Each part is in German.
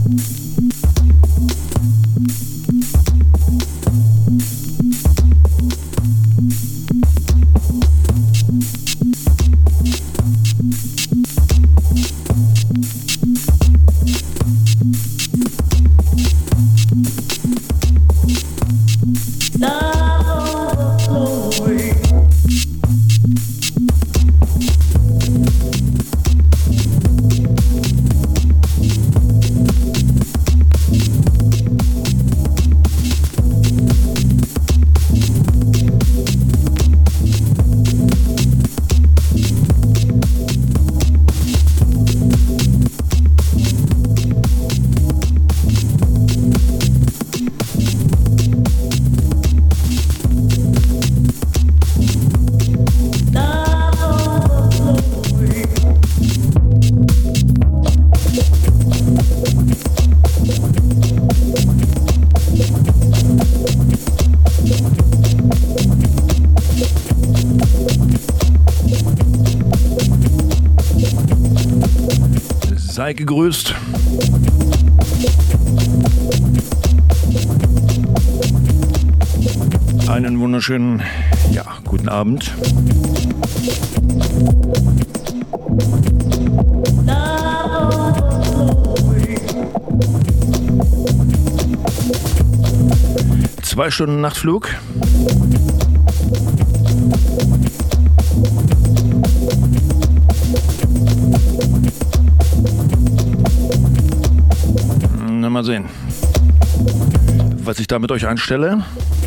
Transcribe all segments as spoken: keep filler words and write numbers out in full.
Sei gegrüßt. Einen wunderschönen, ja, guten Abend. Zwei Stunden Nachtflug. Na, mal sehen, was ich da mit euch anstelle.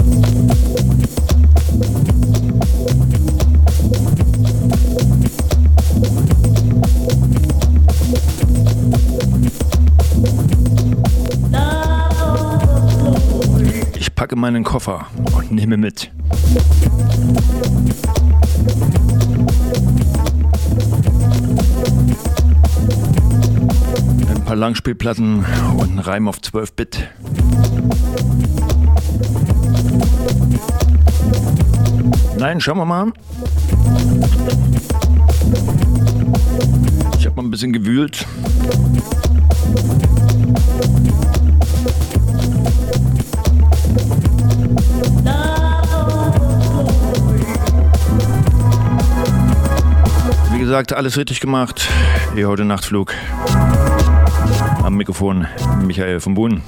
Ich packe meinen Koffer und nehme mit. Ein paar Langspielplatten und ein Reim auf zwölf Bit. Nein, schauen wir mal. Ich habe mal ein bisschen gewühlt. Wie gesagt, alles richtig gemacht. Hier heute Nachtflug. Am Mikrofon Michael von Buhn.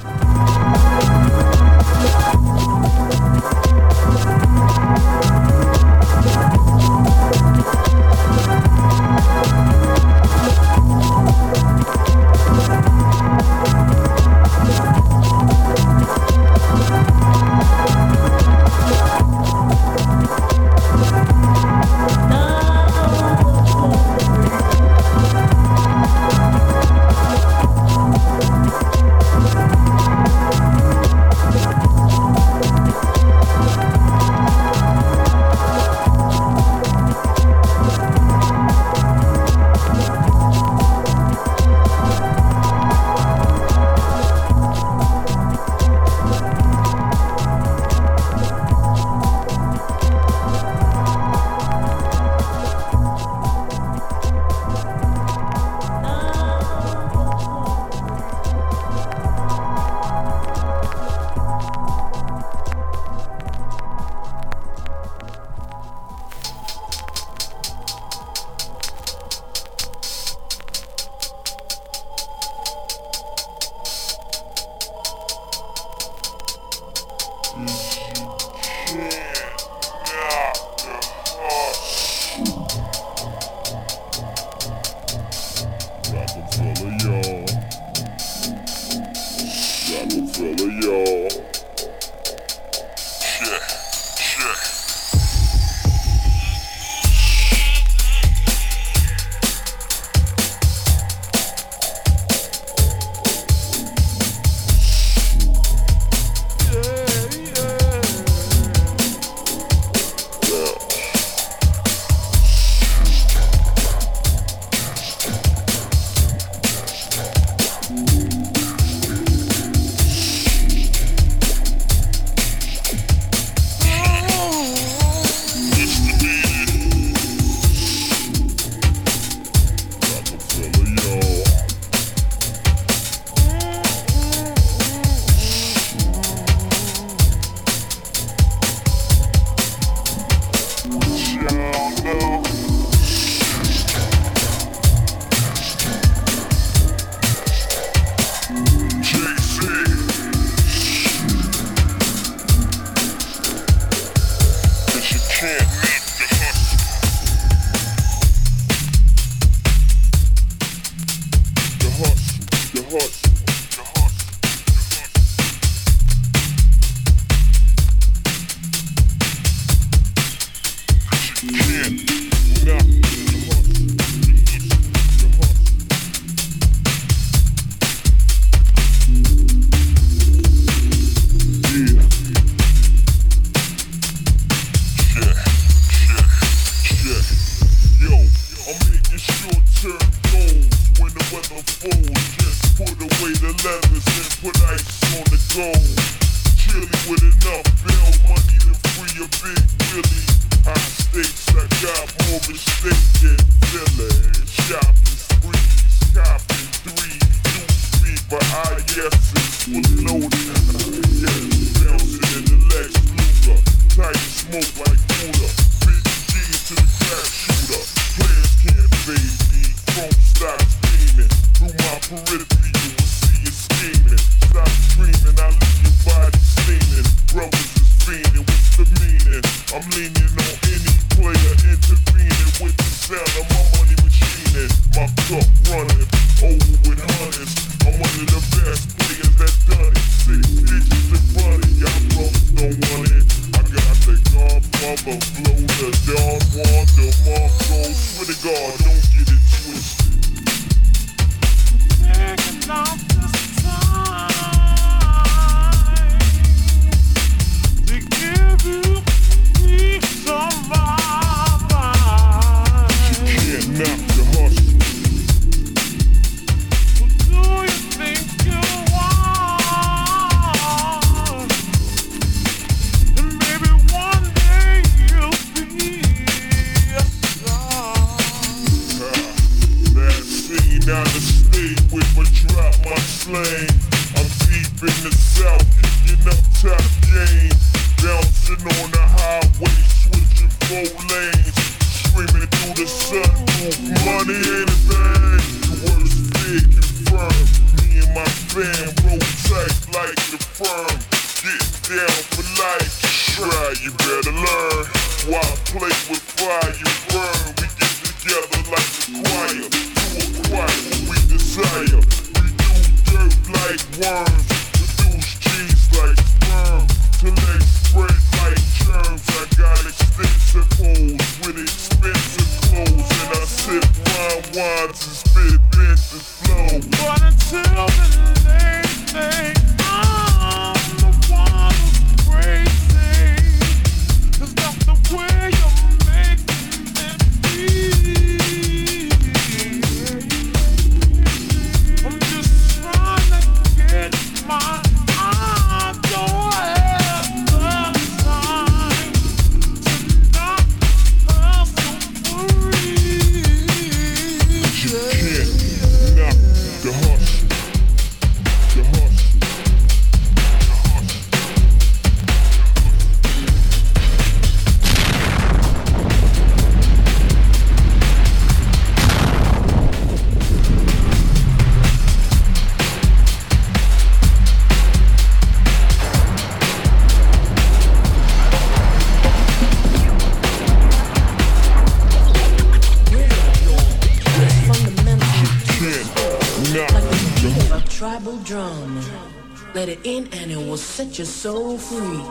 Let it in and it will set your soul free.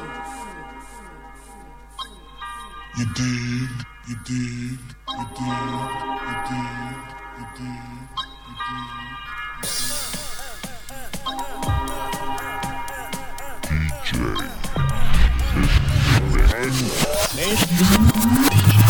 You did, you did, you did, you did, you did, you did. D J.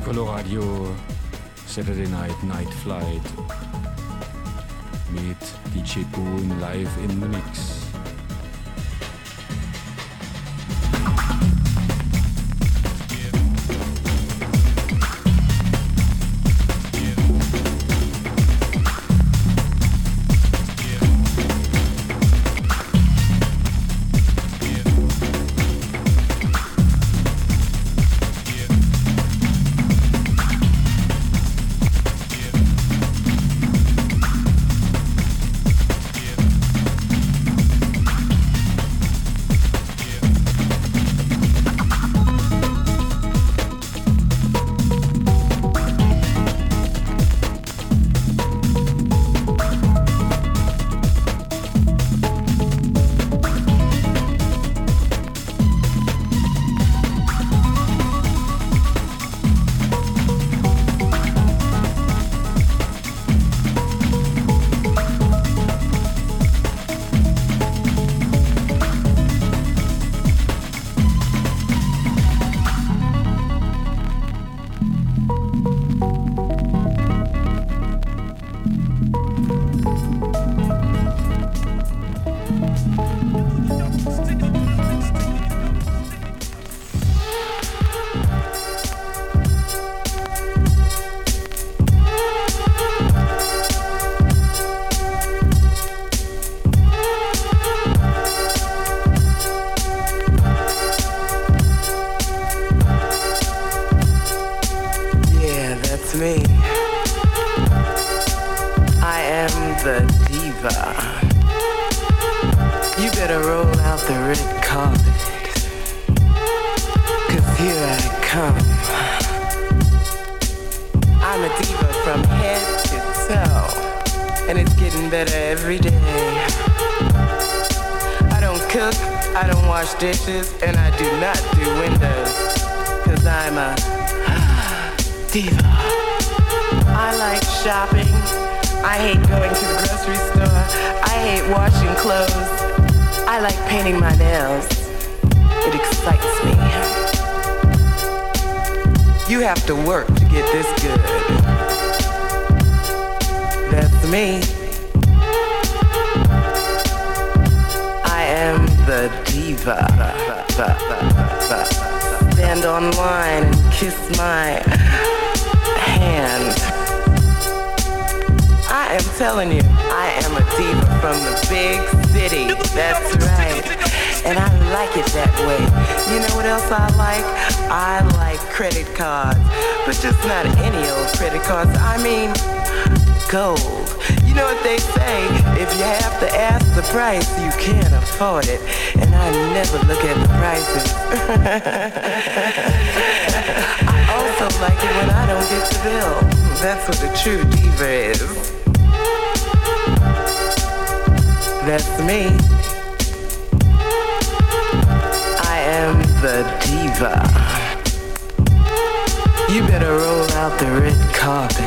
Coloradio Saturday Night Night Flight mit D J Boone live in the mix. Dishes, and I do not do windows, cause I'm a diva. I like shopping, I hate going to the grocery store, I hate washing clothes, I like painting my nails, it excites me. You have to work to get this good. That's me. I am the diva. Stand online and kiss my hand. I am telling you, I am a diva from the big city. That's right. And I like it that way. You know what else I like? I like credit cards. But just not any old credit cards. I mean, gold. You know what they say, if you have to ask the price, you can't afford it. And I never look at the prices. I also like it when I don't get the bill. That's what the true diva is. That's me. I am the diva. You better roll out the red carpet.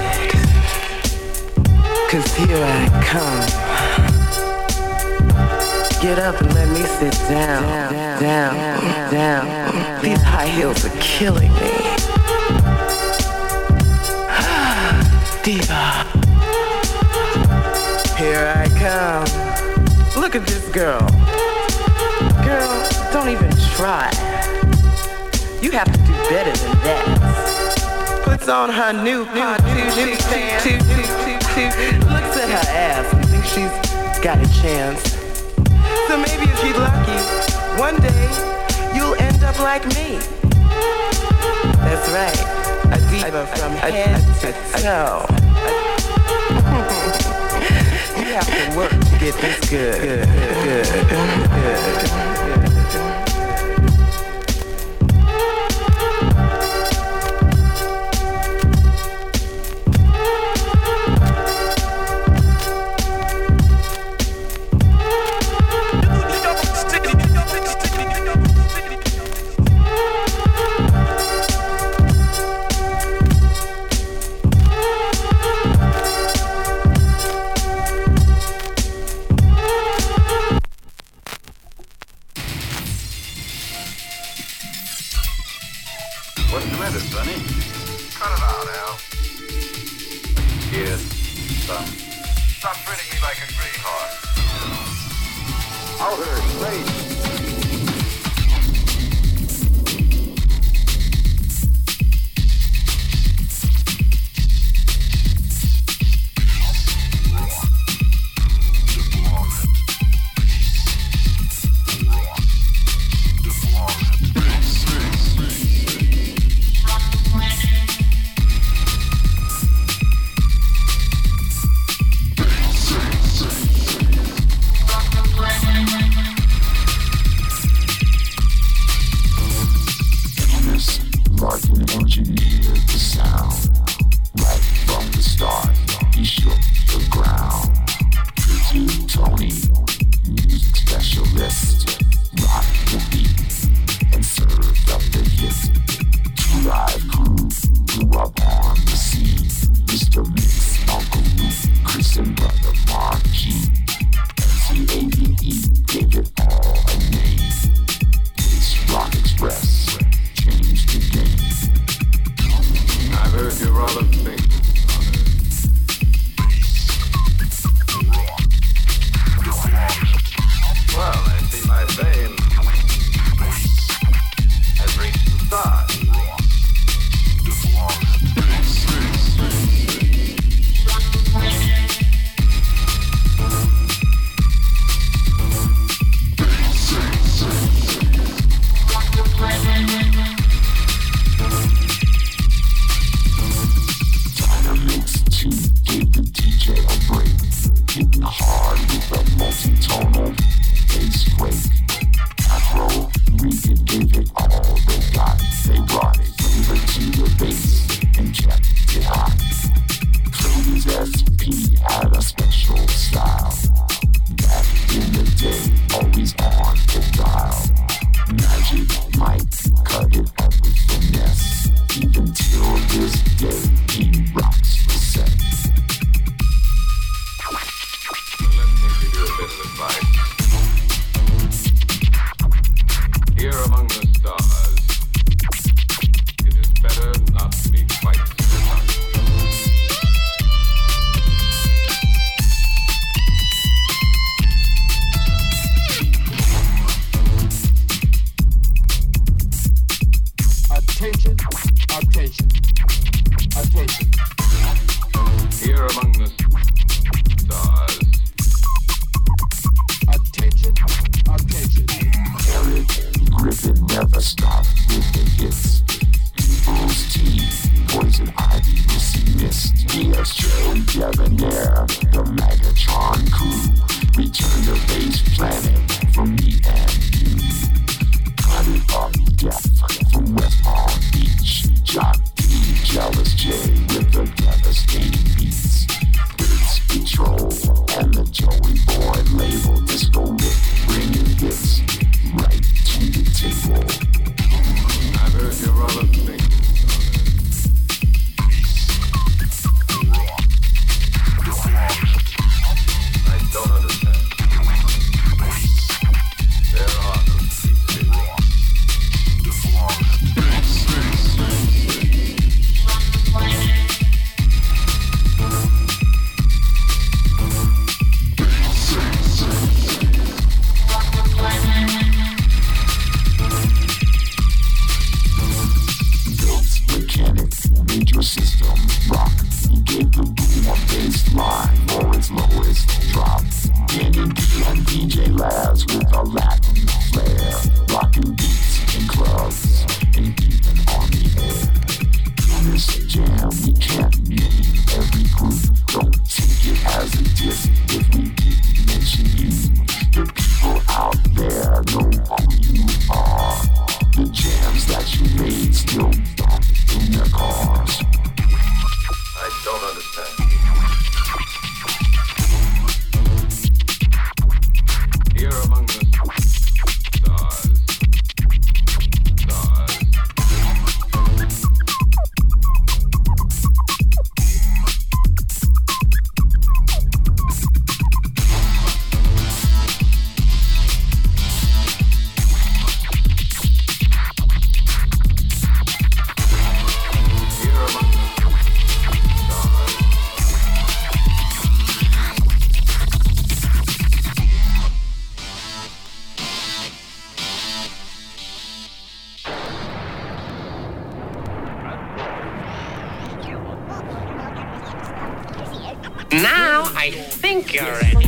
Cause here I come. Get up and let me sit down, down, down, down. down. These high heels are killing me. Diva. Here I come. Look at this girl. Girl, don't even try. You have to do better than that. Puts on her new, her new, new pants. Looks at her ass and thinks she's got a chance. So maybe if you're lucky, one day you'll end up like me. That's right, a diva from head to toe. You have to work to get this good. Good, good, good, good. Cut it out, Al. Yes, son. Stop treating me like a greenhorn. Outer space. I think you're ready.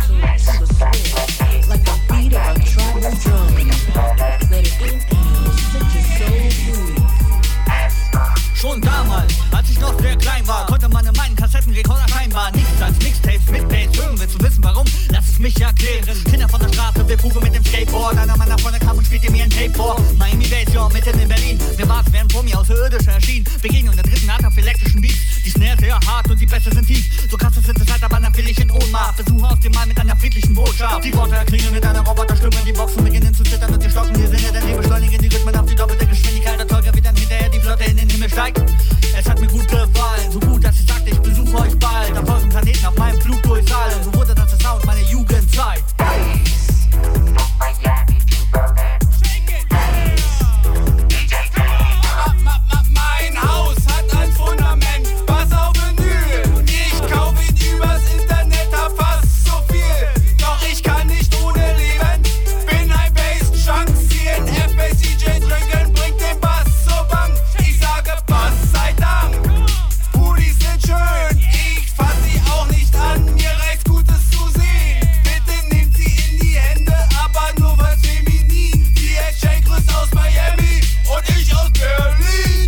Like the beat of a tribal drum. Let it in and it will set your soul free. Schon damals, als ich noch sehr klein war, konnte man in meinen Kassettenrekorder scheinbar nichts als Mixtapes mit Bass hören. Willst du wissen warum? Lass es mich erklären. Kinder von der Straße, wir fuhren mit dem Skateboard. Einer meiner Freunde kam und spielte mir ein Tape vor. Miami Bass, ja, mitten in Berlin. Wir war's, während vor mir außerirdisch erschien. Begegnung der dritten Art auf elektrischen Beats. Die Snare sehr hart und die Bässe sind tief. So krass ist es halt, aber dann fiel ich in Ohnmacht. Versuche aus dem Mal mit einer friedlichen Botschaft. Die Worte erklingen mit einer Roboterstimme. Die Boxen beginnen zu zittern und die stocken die Sinne. Denn die beschleunigen die Rhythmen auf die doppelte Geschwindigkeit. Erzeuger, wie dann hinterher die Flotte in den Himmel steigt. Es hat mir gut gefallen, so gut, dass ich sagte, ich besuche euch bald. Auf eurem Planeten, auf meinem Flug durchs All. Und so wurde das der Sound meiner Jugendzeit. Mein Haus hat ein Fundament, was auf Vinyl. Und ich kauf ihn übers Internet, hab fast so viel. Doch ich kann nicht ohne leben. Bin ein Bass-Junk, C N F, Bass-D J drücken, bringt den Bass zur Bank. Ich sage Bass sei Dank. Pudis sind schön, ich fass sie auch nicht an. Mir reicht's Gutes zu sehen. Bitte nehmt sie in die Hände, aber nur was feminin. Die Exchange grüßt aus Miami und ich aus Berlin.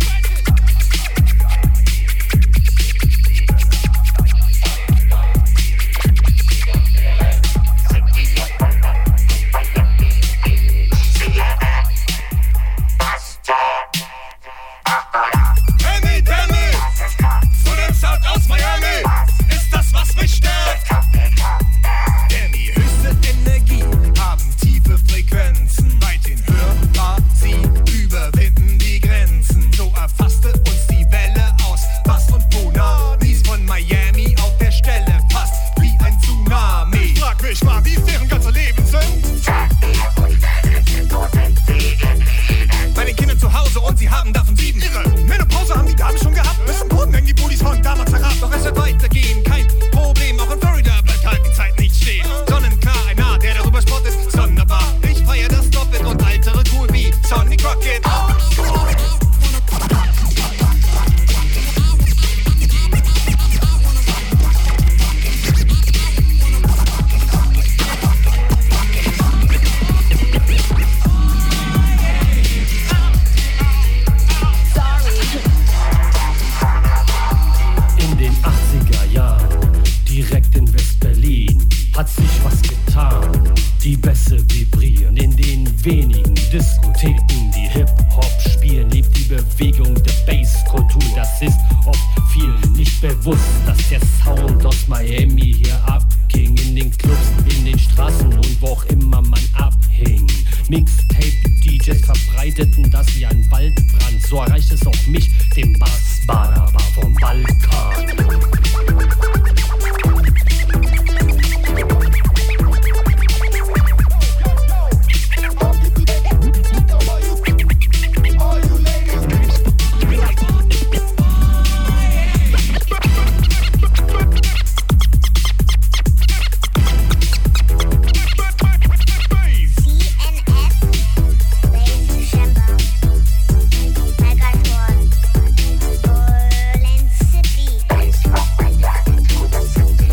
Henny Denny, zu dem Sound aus Miami, ist das, was mich stört. Denn die höchste Energie haben tiefe Frequenzen, weithin hörbar, sie überwinden die Grenzen. So erfasste uns die Welle aus Bass und Tsunamis von Miami auf der Stelle, fast wie ein Tsunami. Ich frag mich mal, wie es deren ganze Leben sind. Bei den Kindern zu Hause und sie haben davon sieben. Irre, Menopause haben die Damen schon gehabt. Bis zum Boden hängen die Booties von damals zerrappt. Doch es wird weitergehen, kein Problem. Auch in Florida bleibt halt die Zeit nicht stehen. Sonnenklar, einer, der darüber spottet, sonderbar. Ich feier das doppelt und altere cool wie Sonny Crockett. In den achtziger Jahren, direkt in West-Berlin, hat sich was getan. Die Bässe vibrieren in den wenigen Diskotheken, die Hip-Hop spielen, lebt die Bewegung der Basskultur. Das ist oft vielen nicht bewusst, dass der Sound aus Miami hier abging. In den Clubs, in den Straßen und wo auch immer man abhing. Mixtape-D Js verbreiteten das wie ein Waldbrand. So erreicht es auch mich, den Bass-Baraba vom Balkan. Megatron, Berlin City.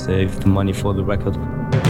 save the money for the record.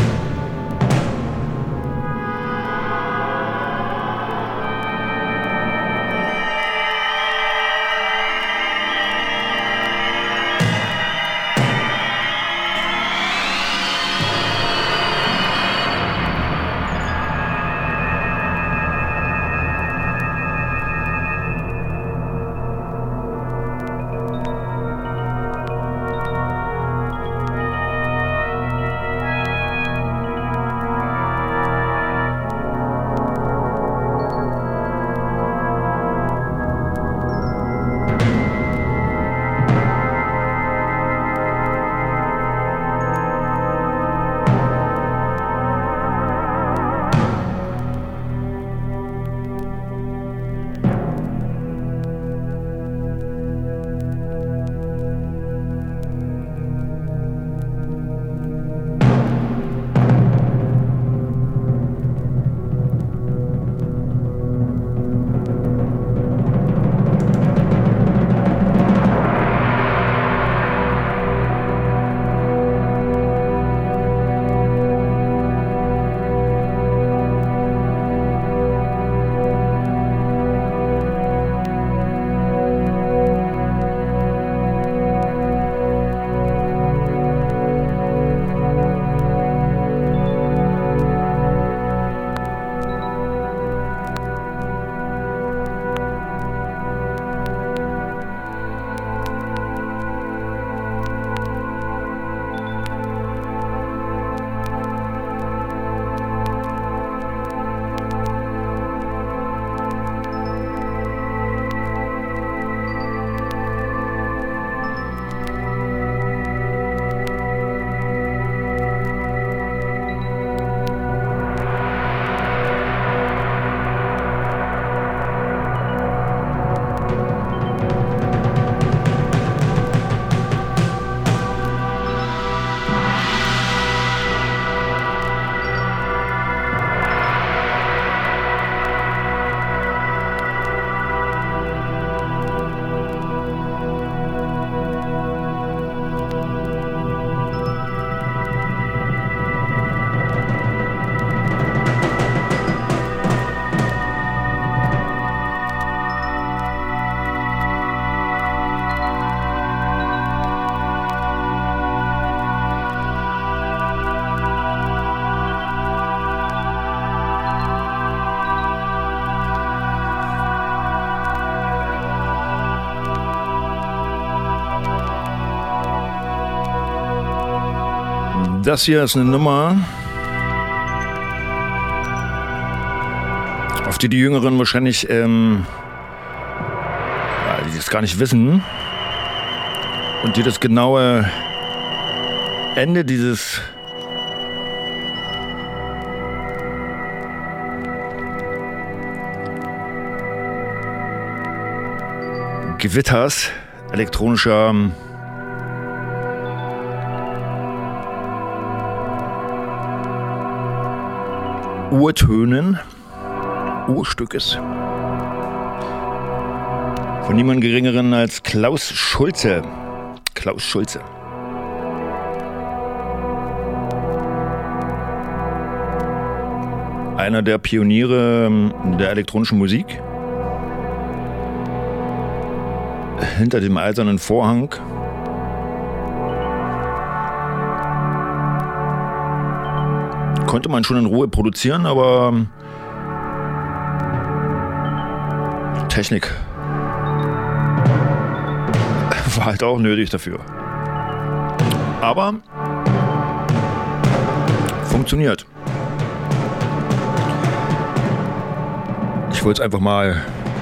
Das hier ist eine Nummer, auf die die Jüngeren wahrscheinlich, ähm, ja, die das gar nicht wissen und die das genaue Ende dieses Gewitters elektronischer Urtönen, Urstückes von niemand Geringeren als Klaus Schulze. Klaus Schulze. Einer der Pioniere der elektronischen Musik. Hinter dem eisernen Vorhang. Konnte man schon in Ruhe produzieren, aber Technik war halt auch nötig dafür. Aber funktioniert. Ich wollte es einfach mal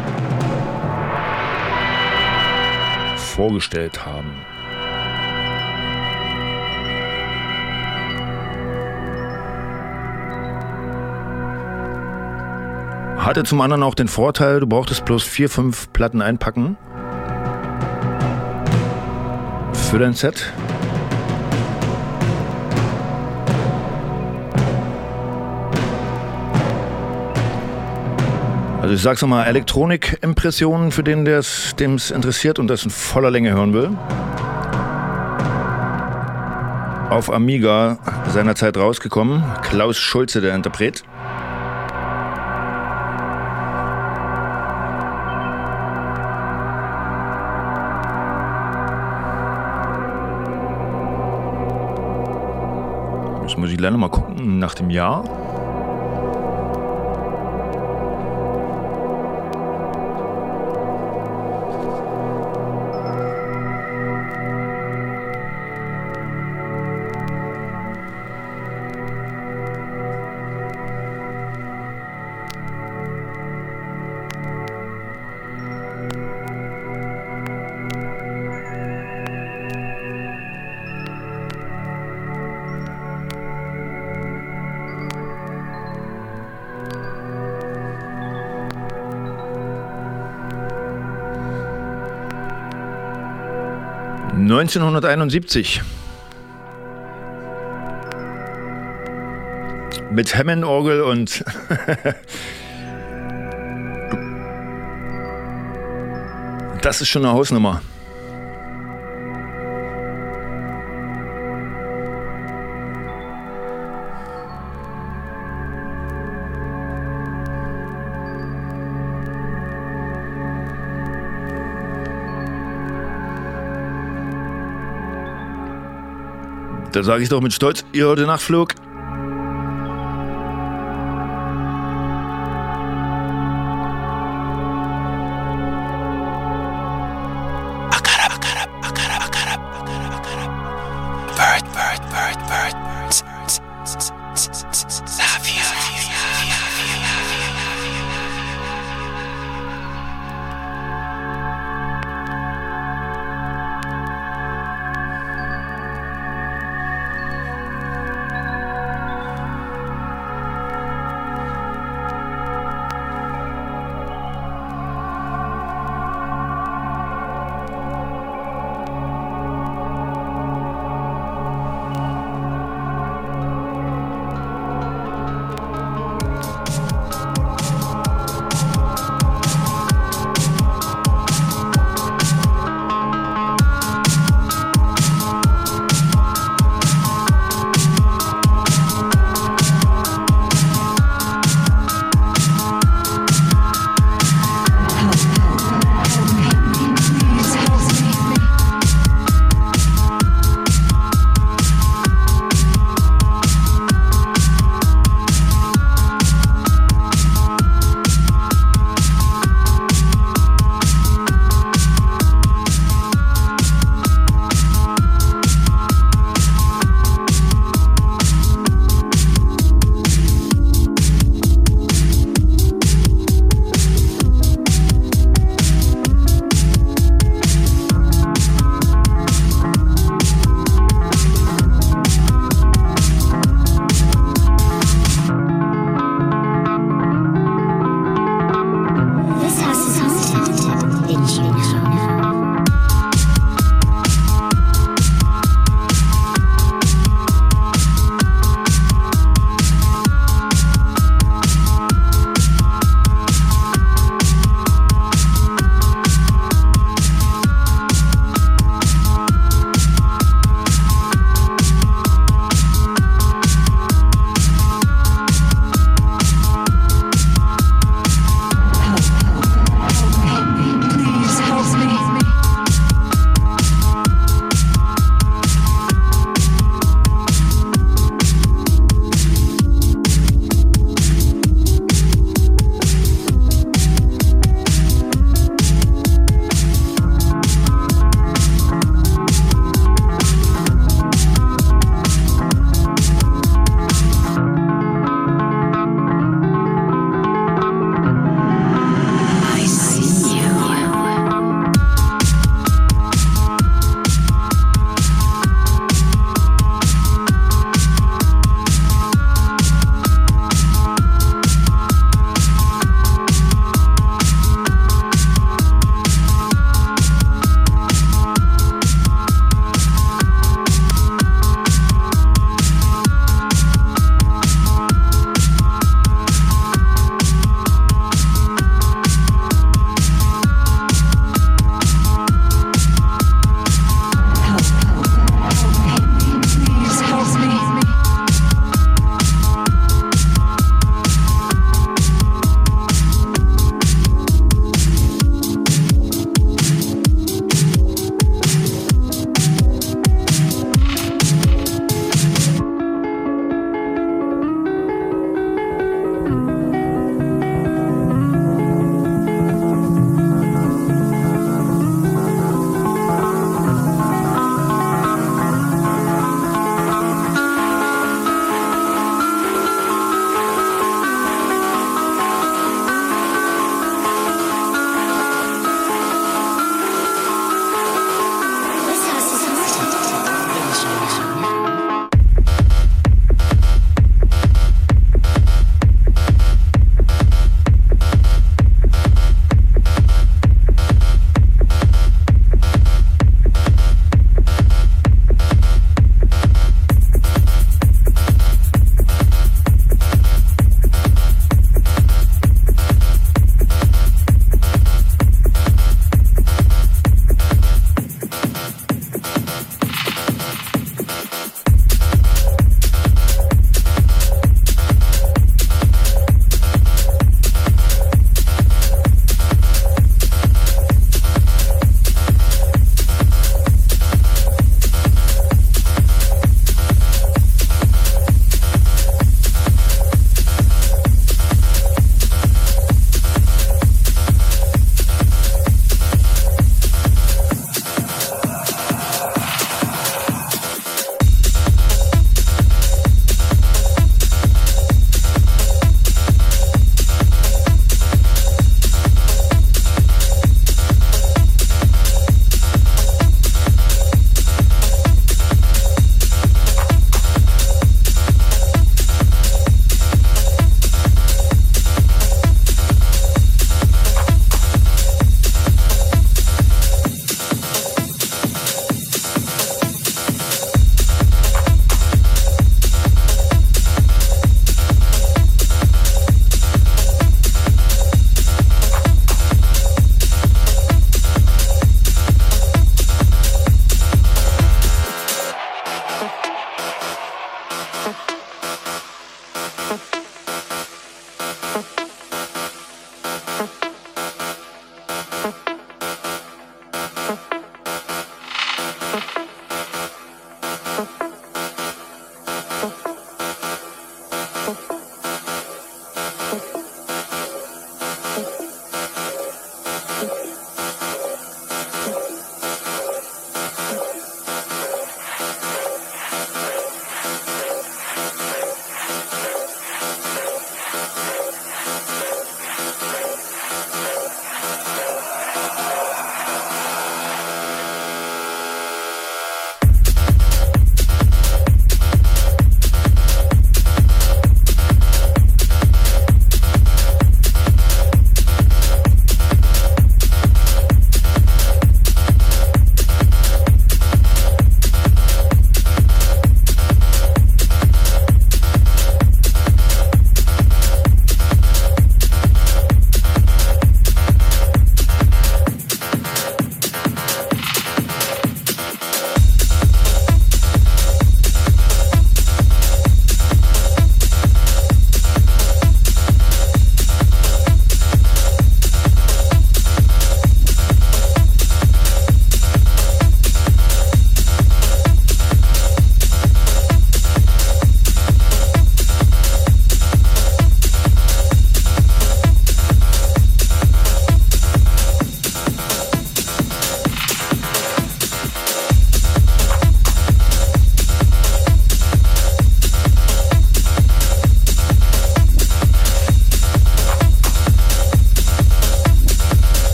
vorgestellt haben. Hatte zum anderen auch den Vorteil, du brauchtest bloß vier, fünf Platten einpacken für dein Set. Also ich sag's nochmal, Elektronik-Impressionen für den, der es dem es interessiert und das in voller Länge hören will. auf Amiga seinerzeit rausgekommen. Klaus Schulze, der Interpret. Jetzt muss ich leider mal gucken nach dem Jahr. neunzehnhunderteinundsiebzig. Mit Hammond-Orgel und das ist schon eine Hausnummer. Da sage ich doch mit Stolz, ihr hört den Nachtflug.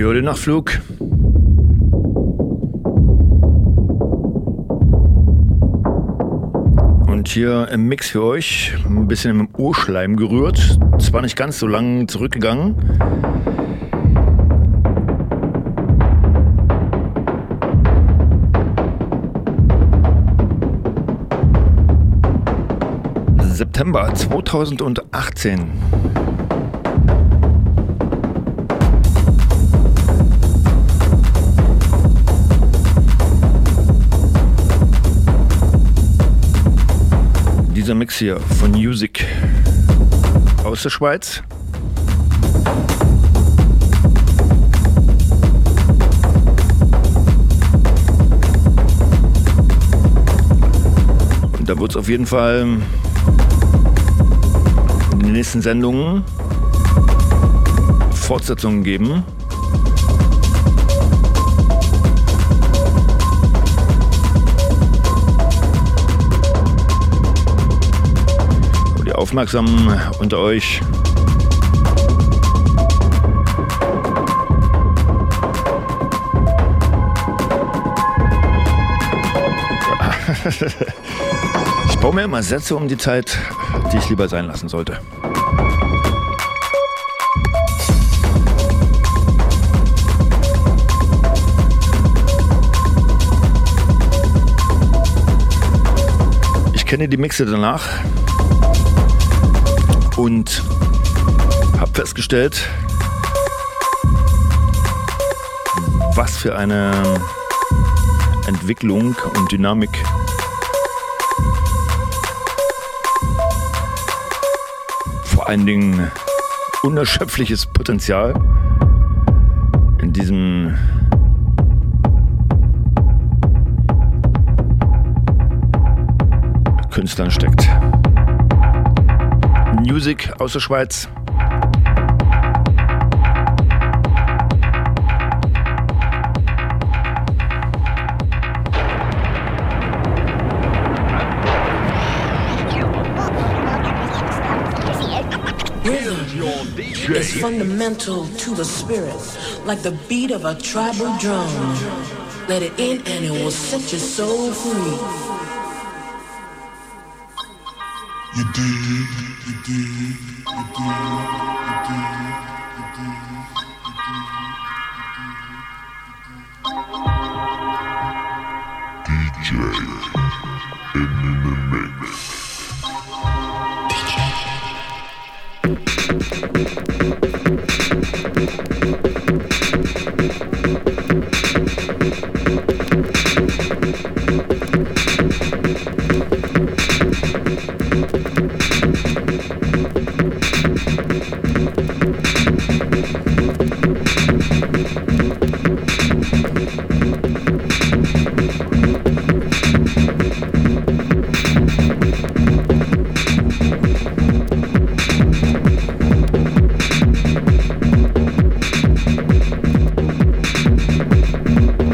Ja, den Nachtflug. Und hier im Mix für euch ein bisschen im Urschleim gerührt. Zwar nicht ganz so lang zurückgegangen. September zweitausendachtzehn. Dieser Mix hier von Music aus der Schweiz. Und da wird es auf jeden Fall in den nächsten Sendungen Fortsetzungen geben. Die Aufmerksamen unter euch ich baue mir immer Sätze um die Zeit, die ich lieber sein lassen sollte. Ich kenne die Mixe danach und habe festgestellt, was für eine Entwicklung und Dynamik vor allen Dingen unerschöpfliches Potenzial in diesem Künstlern steckt. Music aus der Schweiz. It's fundamental to the spirit, like the beat of a tribal drum. Let it in and it will set your soul free. You dig, you dig, you dig, you dig, you dig, you dig. D J in the mix. Thank you.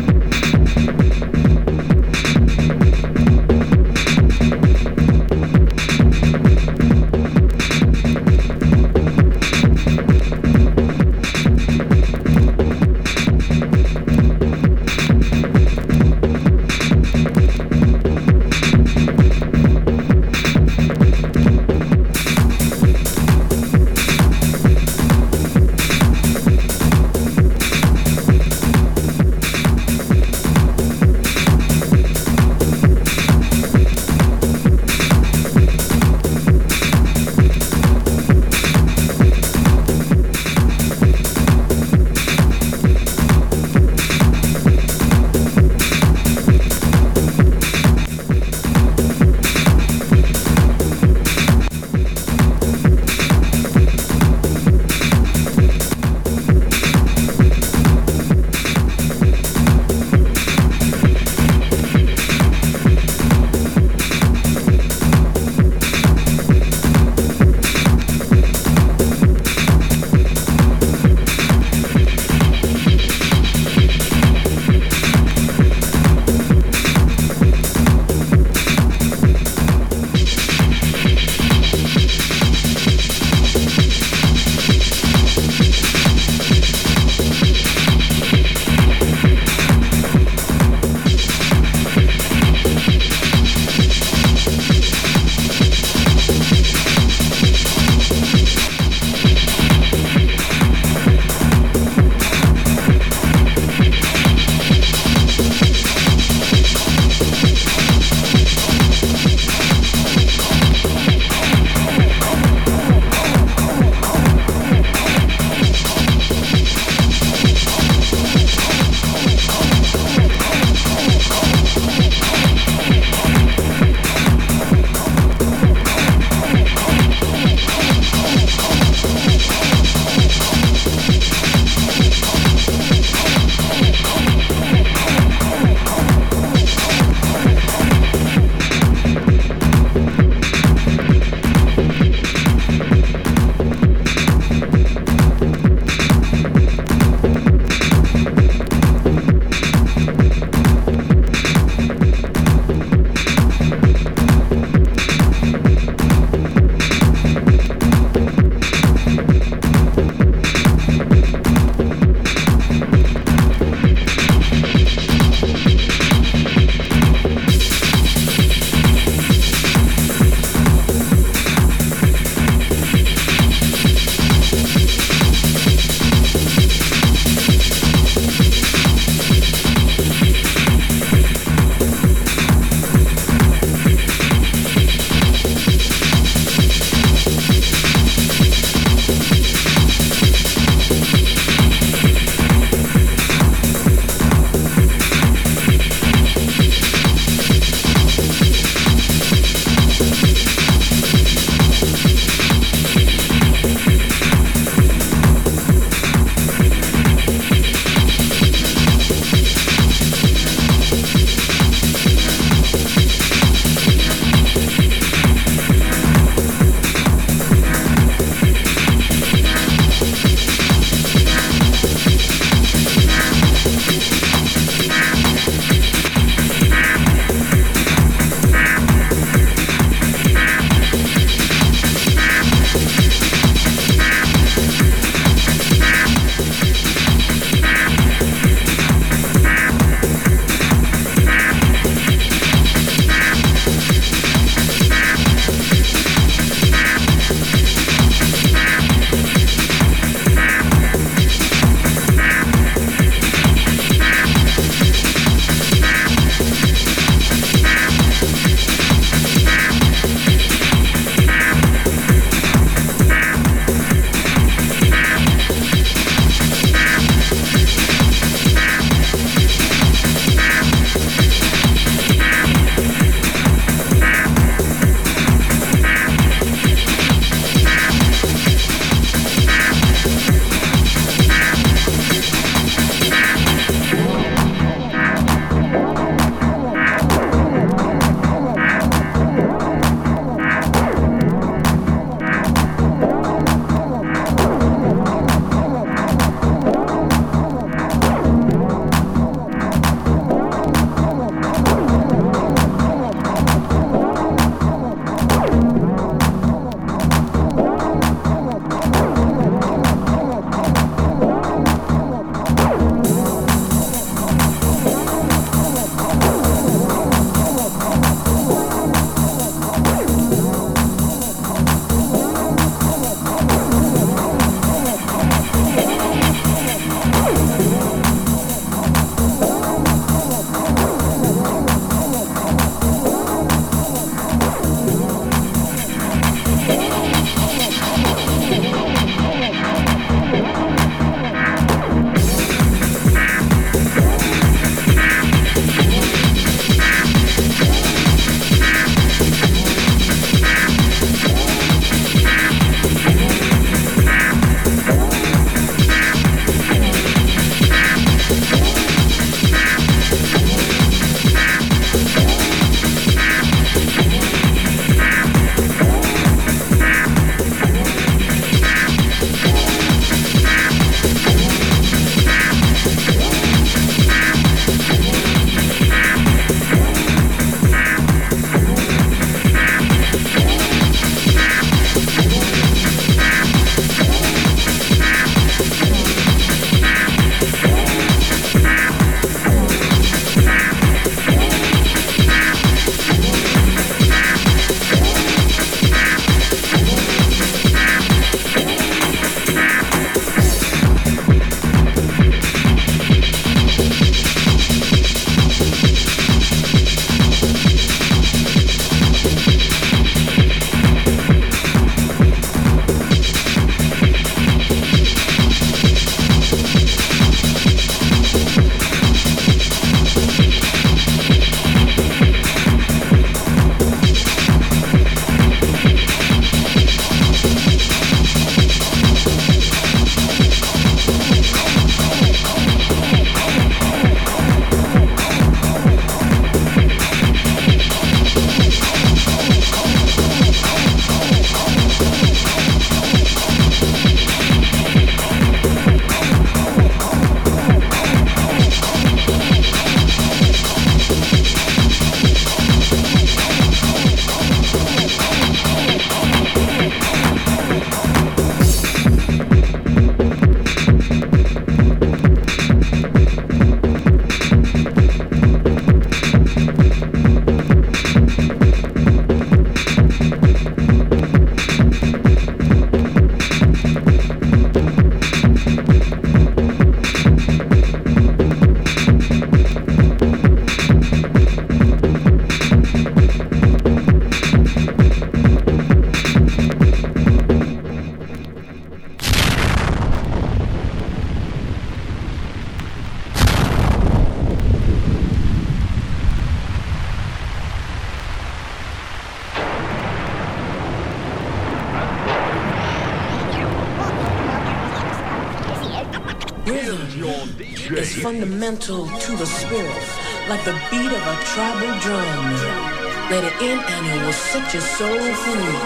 is fundamental to the spirit, like the beat of a tribal drum. Let it in and it will set your soul free.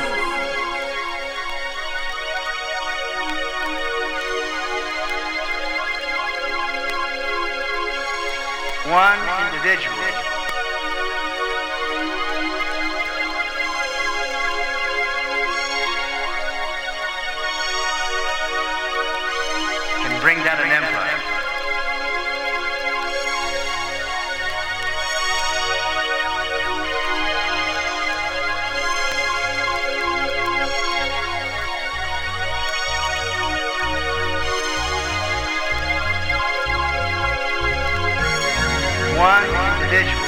One individual can bring down an empire. One individual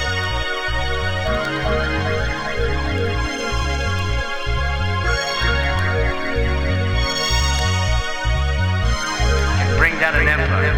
can bring down an empire.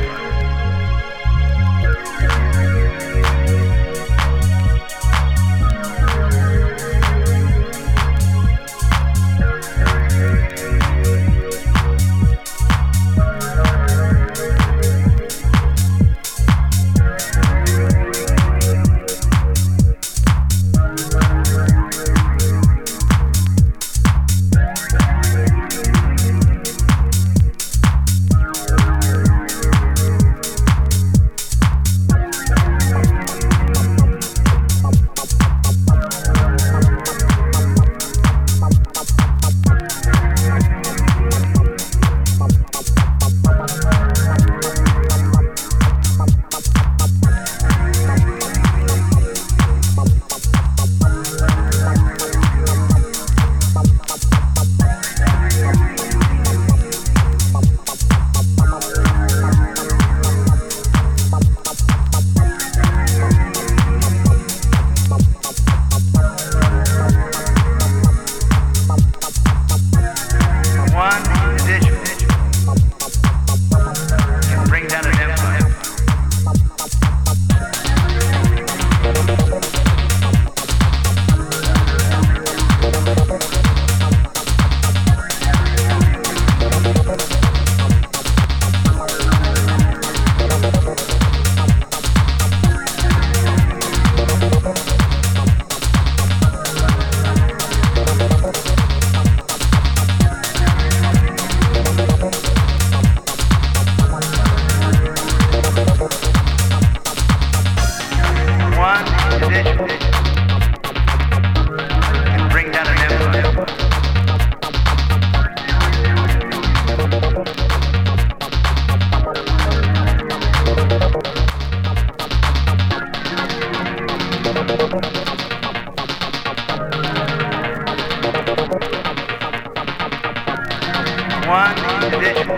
One individual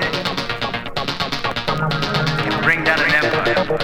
can bring down an empire.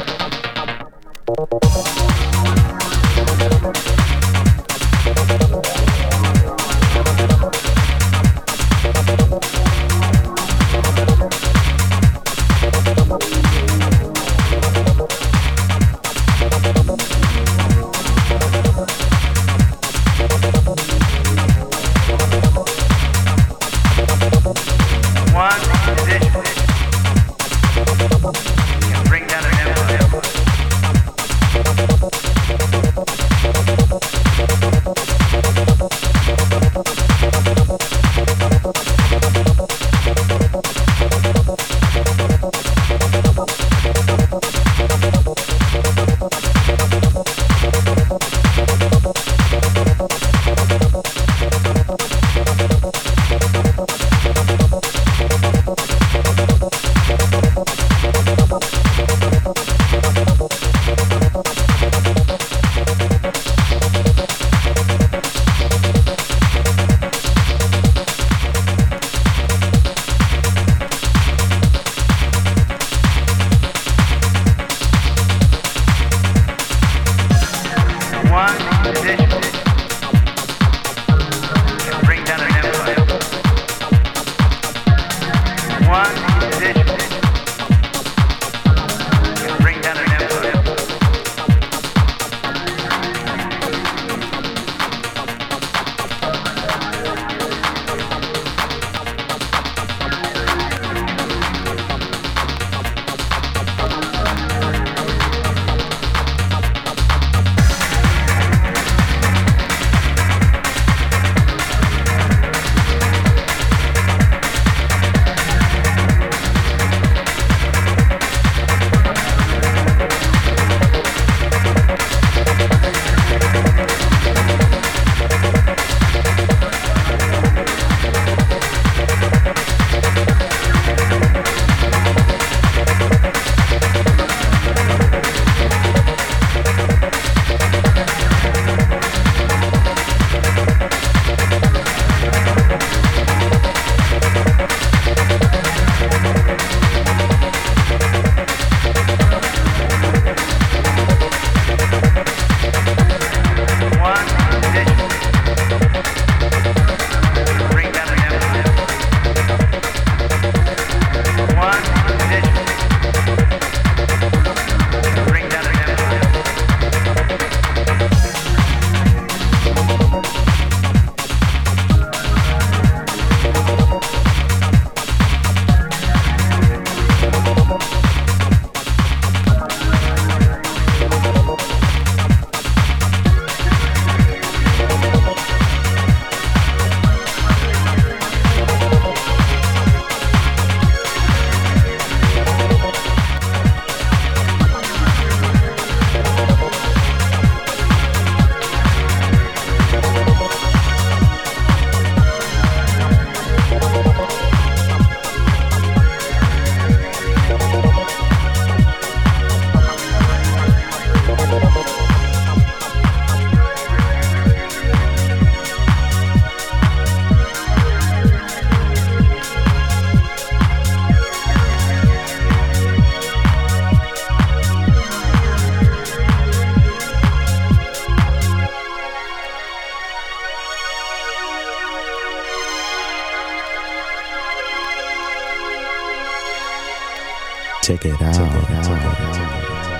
Check it out. Check it out. Check it out.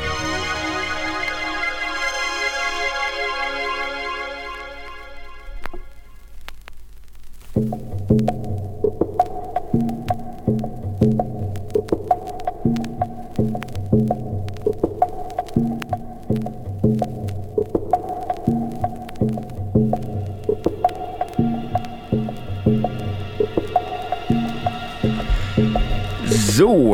So.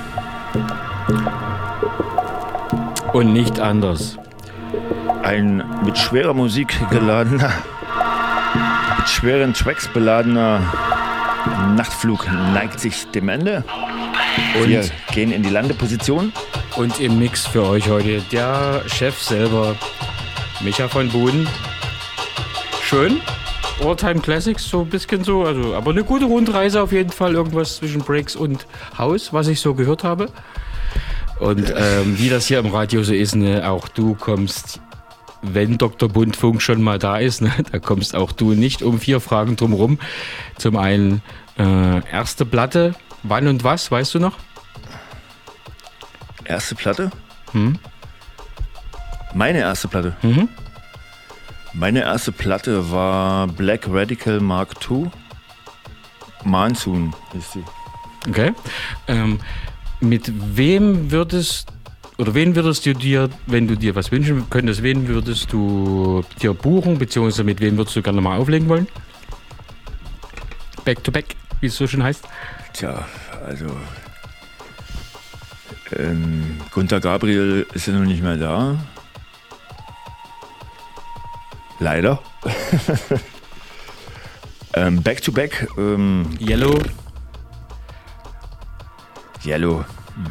Und nicht anders. Ein mit schwerer Musik geladener, mit schweren Tracks beladener Nachtflug neigt sich dem Ende. Und wir gehen in die Landeposition. Und im Mix für euch heute der Chef selber, Micha von Boden. Schön. All-Time Classics, so ein bisschen so, also, aber eine gute Rundreise auf jeden Fall, irgendwas zwischen Breaks und House, was ich so gehört habe. Und ähm, wie das hier im Radio so ist, ne, auch du kommst, wenn Doktor Buntfunk schon mal da ist, ne, da kommst auch du nicht um vier Fragen drum rum. Zum einen äh, erste Platte, wann und was, weißt du noch? Erste Platte? Hm? Meine erste Platte? Mhm. Meine erste Platte war Black Radical Mark zwei. Monsoon ist sie. Okay. Ähm, mit wem würdest oder wen würdest du dir, wenn du dir was wünschen könntest, wen würdest du dir buchen, beziehungsweise mit wem würdest du gerne mal auflegen wollen? Back to back, wie es so schön heißt. Tja, also ähm, Gunter Gabriel ist ja noch nicht mehr da. Leider. ähm, back to back. Ähm, Yellow. Yellow.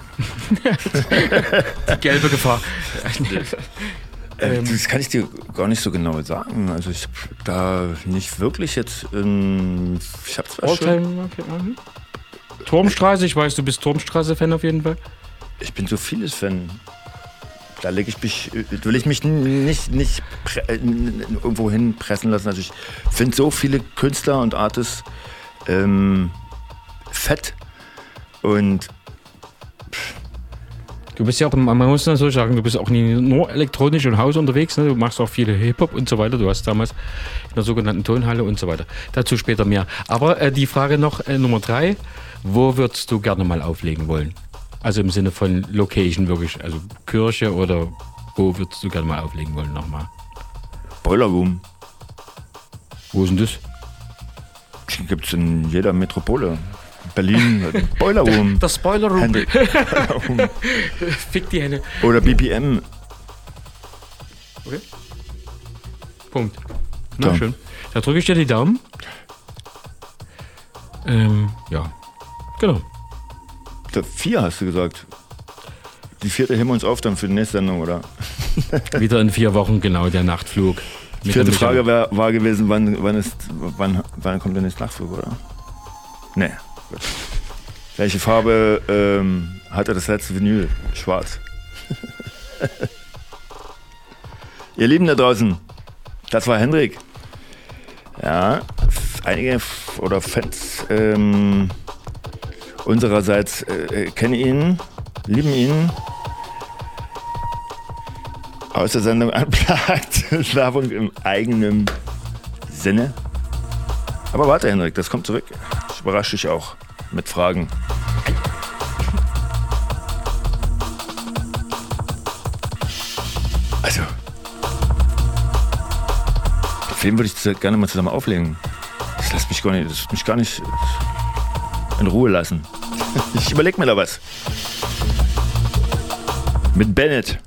Die gelbe Gefahr. äh, das kann ich dir gar nicht so genau sagen. Also ich da nicht wirklich jetzt. Ähm, ich habe zwar schon. Okay. Mhm. Turmstraße. Ich weiß, du bist Turmstraße-Fan auf jeden Fall. Ich bin so vieles Fan. Da leg ich mich, will ich mich nicht, nicht pre- irgendwo hin pressen lassen. Also ich finde so viele Künstler und Artists ähm, fett. Und du bist ja auch, man muss das so sagen, du bist auch nie nur elektronisch und Haus unterwegs. Ne? Du machst auch viele Hip-Hop und so weiter. Du hast damals in der sogenannten Tonhalle und so weiter. Dazu später mehr. Aber äh, die Frage noch, äh, Nummer drei. Wo würdest du gerne mal auflegen wollen? Also im Sinne von Location wirklich, also Kirche oder wo würdest du gerne mal auflegen wollen nochmal? Boiler Room. Wo ist denn das? Gibt es in jeder Metropole. Berlin, Boiler Room. Das Spoiler Room. Hendrik, Boiler Room. Fick die Hände. Oder B P M. Okay. Punkt. Na So. schön. Da drücke ich dir die Daumen. Ähm, ja, genau. Der vier hast du gesagt. Die vierte heben wir uns auf dann für die nächste Sendung, oder? Wieder in vier Wochen, genau, der Nachtflug. Die vierte Frage wär, war gewesen, wann, wann, ist, wann, wann kommt der nächste Nachtflug, oder? Nee. Gut. Welche Farbe ähm, hatte das letzte Vinyl? Schwarz. Ihr Lieben da draußen, das war Hendrik. Ja, einige oder Fans ähm, unsererseits äh, kennen ihn, lieben ihn. Aus der Sendung Unplugged, Werbung im eigenen Sinne. Aber warte, Hendrik, das kommt zurück. Ich überrasche dich auch mit Fragen. Also, Film würde ich gerne mal zusammen auflegen. Das lässt mich gar nicht, das lässt mich gar nicht in Ruhe lassen. Ich überlege mir da was. Mit Bennett.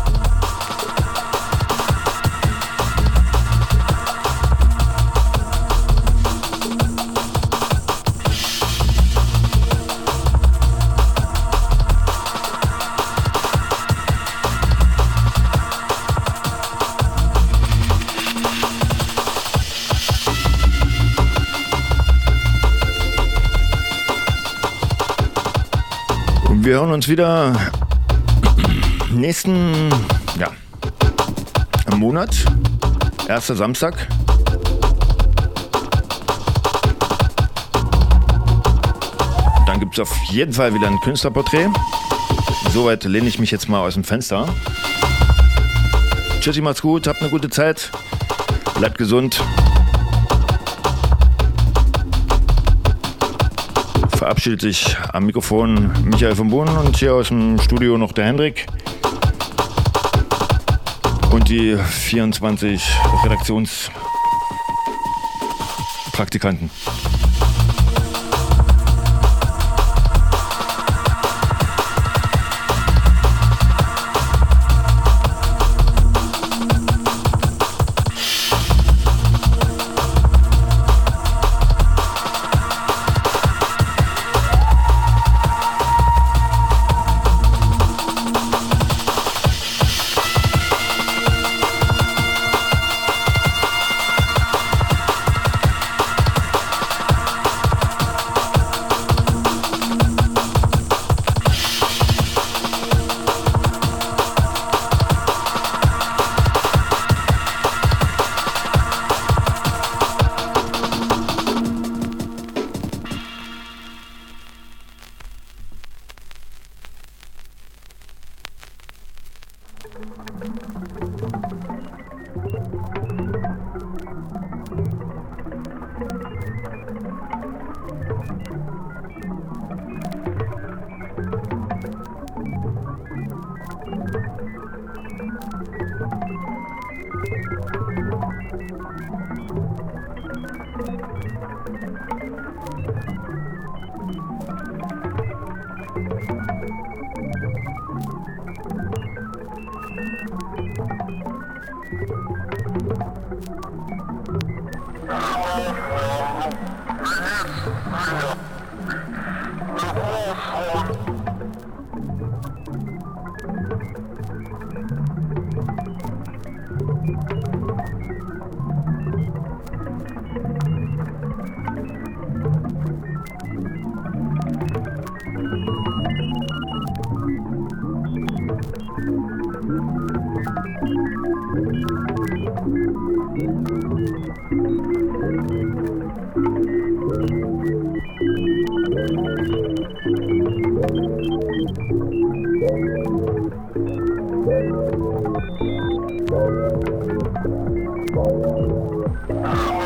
Wir hören uns wieder nächsten ja, Monat, erster Samstag. Dann gibt es auf jeden Fall wieder ein Künstlerporträt. Soweit lehne ich mich jetzt mal aus dem Fenster. Tschüssi, macht's gut, habt eine gute Zeit. Bleibt gesund. Verabschiedet sich am Mikrofon Michael von Bohnen und hier aus dem Studio noch der Hendrik. Und die vierundzwanzig Redaktionspraktikanten. Oh,